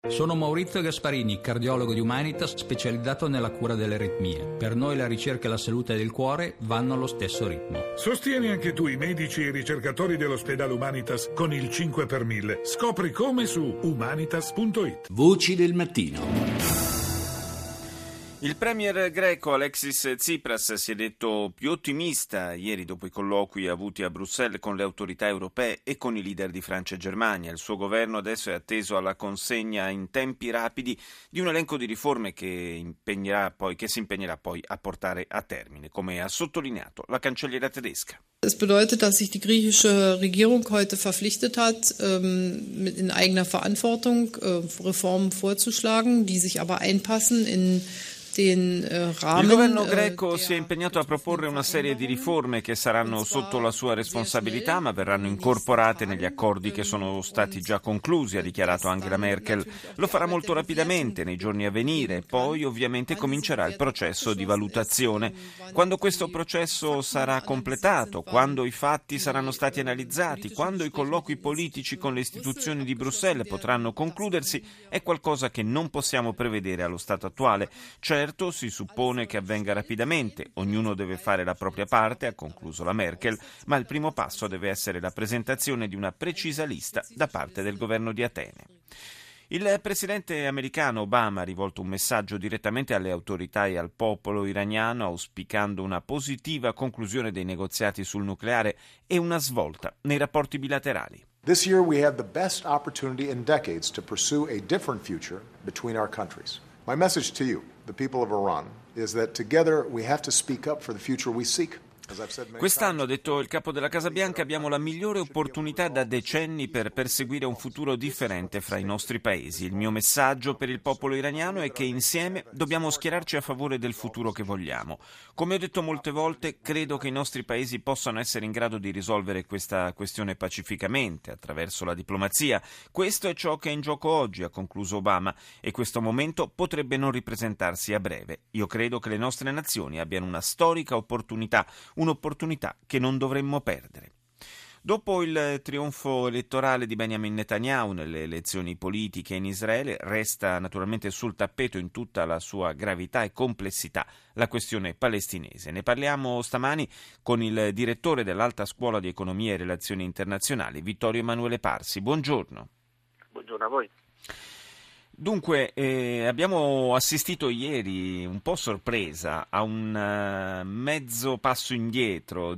Sono Maurizio Gasparini, cardiologo di Humanitas specializzato nella cura delle aritmie. Per noi la ricerca e la salute del cuore vanno allo stesso ritmo. Sostieni anche tu i medici e i ricercatori dell'ospedale Humanitas con il 5 per 1000. Scopri come su humanitas.it. Voci del mattino. Il premier greco Alexis Tsipras si è detto più ottimista ieri dopo i colloqui avuti a Bruxelles con le autorità europee e con i leader di Francia e Germania. Il suo governo adesso è atteso alla consegna in tempi rapidi di un elenco di riforme che si impegnerà poi a portare a termine, come ha sottolineato la cancelliera tedesca. Es bedeutet, dass sich die griechische Regierung heute verpflichtet hat, in eigener Verantwortung Reformen vorzuschlagen, die sich aber einpassen in den Rahmen. Il governo greco si è impegnato a proporre una serie di riforme che saranno sotto la sua responsabilità, ma verranno incorporate negli accordi che sono stati già conclusi, ha dichiarato Angela Merkel. Lo farà molto rapidamente nei giorni a venire, poi ovviamente comincerà il processo di valutazione. Quando questo processo sarà completato, quando i fatti saranno stati analizzati, quando i colloqui politici con le istituzioni di Bruxelles potranno concludersi, è qualcosa che non possiamo prevedere allo stato attuale. Certo, si suppone che avvenga rapidamente, ognuno deve fare la propria parte, ha concluso la Merkel, ma il primo passo deve essere la presentazione di una precisa lista da parte del governo di Atene. Il presidente americano Obama ha rivolto un messaggio direttamente alle autorità e al popolo iraniano, auspicando una positiva conclusione dei negoziati sul nucleare e una svolta nei rapporti bilaterali. This year we have the best opportunity in decades to pursue a different future between our countries. My message to you, the people of Iran, is that together we have to speak up for the future we seek. Quest'anno, ha detto il capo della Casa Bianca, abbiamo la migliore opportunità da decenni per perseguire un futuro differente fra i nostri paesi. Il mio messaggio per il popolo iraniano è che insieme dobbiamo schierarci a favore del futuro che vogliamo. Come ho detto molte volte, credo che i nostri paesi possano essere in grado di risolvere questa questione pacificamente, attraverso la diplomazia. Questo è ciò che è in gioco oggi, ha concluso Obama, e questo momento potrebbe non ripresentarsi a breve. Io credo che le nostre nazioni abbiano una storica opportunità, un'opportunità che non dovremmo perdere. Dopo il trionfo elettorale di Benjamin Netanyahu nelle elezioni politiche in Israele, resta naturalmente sul tappeto in tutta la sua gravità e complessità la questione palestinese. Ne parliamo stamani con il direttore dell'Alta Scuola di Economia e Relazioni Internazionali, Vittorio Emanuele Parsi. Buongiorno. Buongiorno a voi. Dunque, abbiamo assistito ieri, un po' sorpresa, a un mezzo passo indietro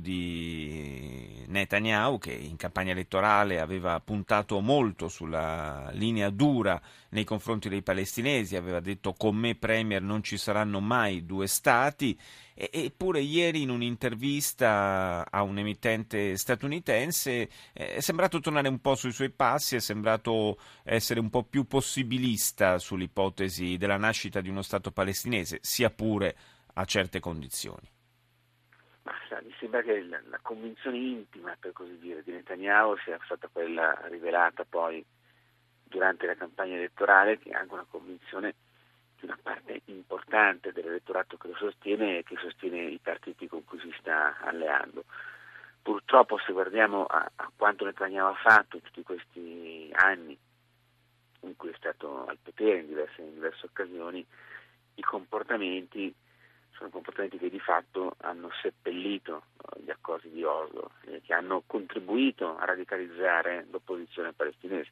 di Netanyahu, che in campagna elettorale aveva puntato molto sulla linea dura nei confronti dei palestinesi, aveva detto con me premier non ci saranno mai due stati, eppure ieri in un'intervista a un emittente statunitense è sembrato tornare un po' sui suoi passi, è sembrato essere un po' più possibilista sull'ipotesi della nascita di uno Stato palestinese, sia pure a certe condizioni. Mi sembra che la convinzione intima, per così dire, di Netanyahu sia stata quella rivelata poi durante la campagna elettorale, che è anche una convinzione di una parte importante dell'elettorato che lo sostiene e che sostiene i partiti con cui si sta alleando. Purtroppo, se guardiamo a quanto Netanyahu ha fatto in tutti questi anni in cui è stato al potere in diverse occasioni, i comportamenti sono comportamenti che di fatto hanno seppellito gli accordi di Oslo, che hanno contribuito a radicalizzare l'opposizione palestinese.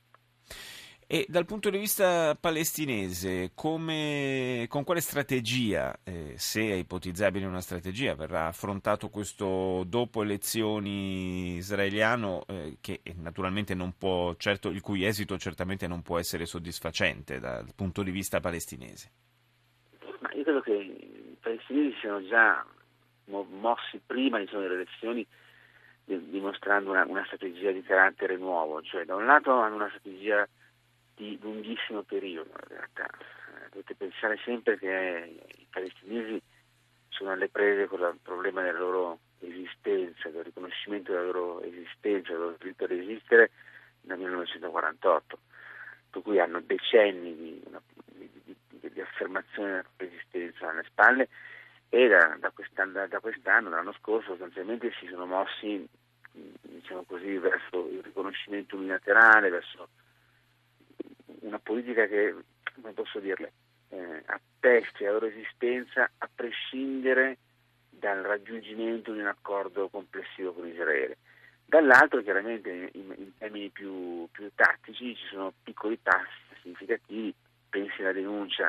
E dal punto di vista palestinese, con quale strategia, se è ipotizzabile una strategia, verrà affrontato questo dopo elezioni israeliano, che naturalmente non può, certo, il cui esito certamente non può essere soddisfacente dal punto di vista palestinese? Ma io credo che i palestinesi siano già mossi prima delle elezioni, dimostrando una strategia di carattere nuovo, cioè da un lato hanno una strategia di lunghissimo periodo. In realtà dovete pensare sempre che i palestinesi sono alle prese con il problema della loro esistenza, del riconoscimento della loro esistenza, del loro diritto ad esistere dal 1948, per cui hanno decenni di affermazione della propria esistenza alle spalle, e da quest'anno, dall'anno scorso, sostanzialmente si sono mossi, diciamo così, verso il riconoscimento unilaterale, verso una politica che, come posso dirle, attesti la loro esistenza a prescindere dal raggiungimento di un accordo complessivo con Israele. Dall'altro, chiaramente, in termini più tattici ci sono piccoli passi significativi, pensi alla denuncia,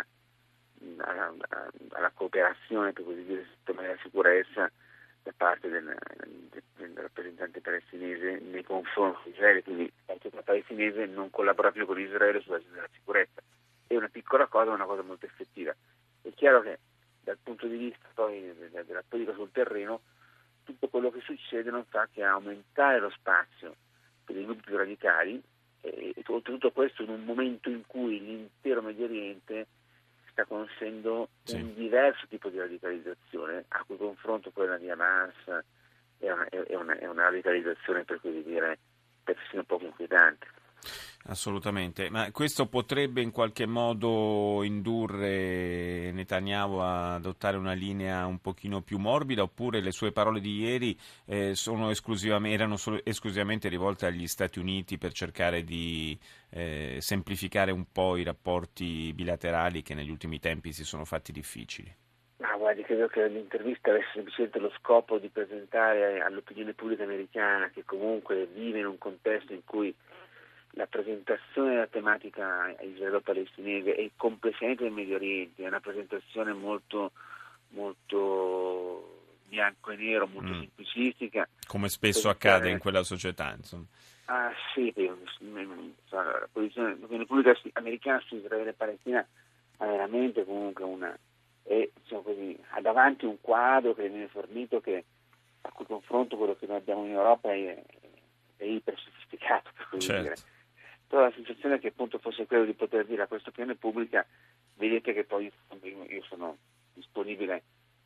alla cooperazione, per così dire, sul tema della sicurezza da parte del rappresentante palestinese nei confronti di Israele, quindi la società palestinese non collabora più con Israele sulla gestione della sicurezza. È una piccola cosa, ma una cosa molto effettiva. È chiaro che dal punto di vista poi della politica sul terreno, tutto quello che succede non fa che aumentare lo spazio per i gruppi più radicali, e oltretutto questo in un momento in cui l'intero Medio Oriente sta conoscendo un diverso tipo di radicalizzazione, a cui confronto quella di Hamas è una radicalizzazione, per così dire, persino poco inquietante. Assolutamente, ma questo potrebbe in qualche modo indurre Netanyahu a adottare una linea un pochino più morbida, oppure le sue parole di ieri erano esclusivamente rivolte agli Stati Uniti per cercare di semplificare un po' i rapporti bilaterali che negli ultimi tempi si sono fatti difficili? Ma guardi, credo che l'intervista avesse semplicemente lo scopo di presentare all'opinione pubblica americana, che comunque vive in un contesto in cui la presentazione della tematica israelo-palestinese e complessivamente del Medio Oriente è una presentazione molto, molto bianco e nero, molto semplicistica. Come spesso accade in quella società, insomma. Ah sì, la posizione pubblica americana su Israele e Palestina ha veramente comunque diciamo così, ha davanti un quadro che viene fornito a cui confronto quello che noi abbiamo in Europa è iper sofisticato, per così dire. Però la sensazione è che appunto fosse quello di poter dire a questa opinione pubblica: vedete che poi io sono disponibile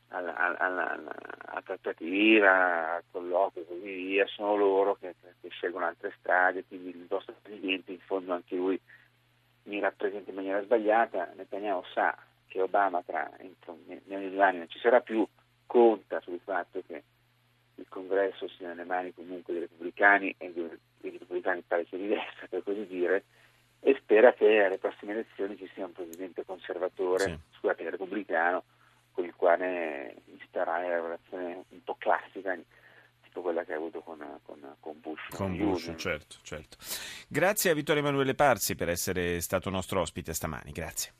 alla trattativa, al colloquio e così via, sono loro che scelgono altre strade, quindi il vostro presidente in fondo anche lui mi rappresenta in maniera sbagliata. Netanyahu sa che Obama negli 2 anni non ci sarà più, conta sul fatto che il congresso sia nelle mani comunque dei repubblicani e dei repubblicani paesi di destra, per così dire, e spera che alle prossime elezioni ci sia un presidente conservatore, repubblicano, con il quale instaurare una relazione un po' classica, tipo quella che ha avuto con Bush. Con Bush, certo. Grazie a Vittorio Emanuele Parsi per essere stato nostro ospite stamani, grazie.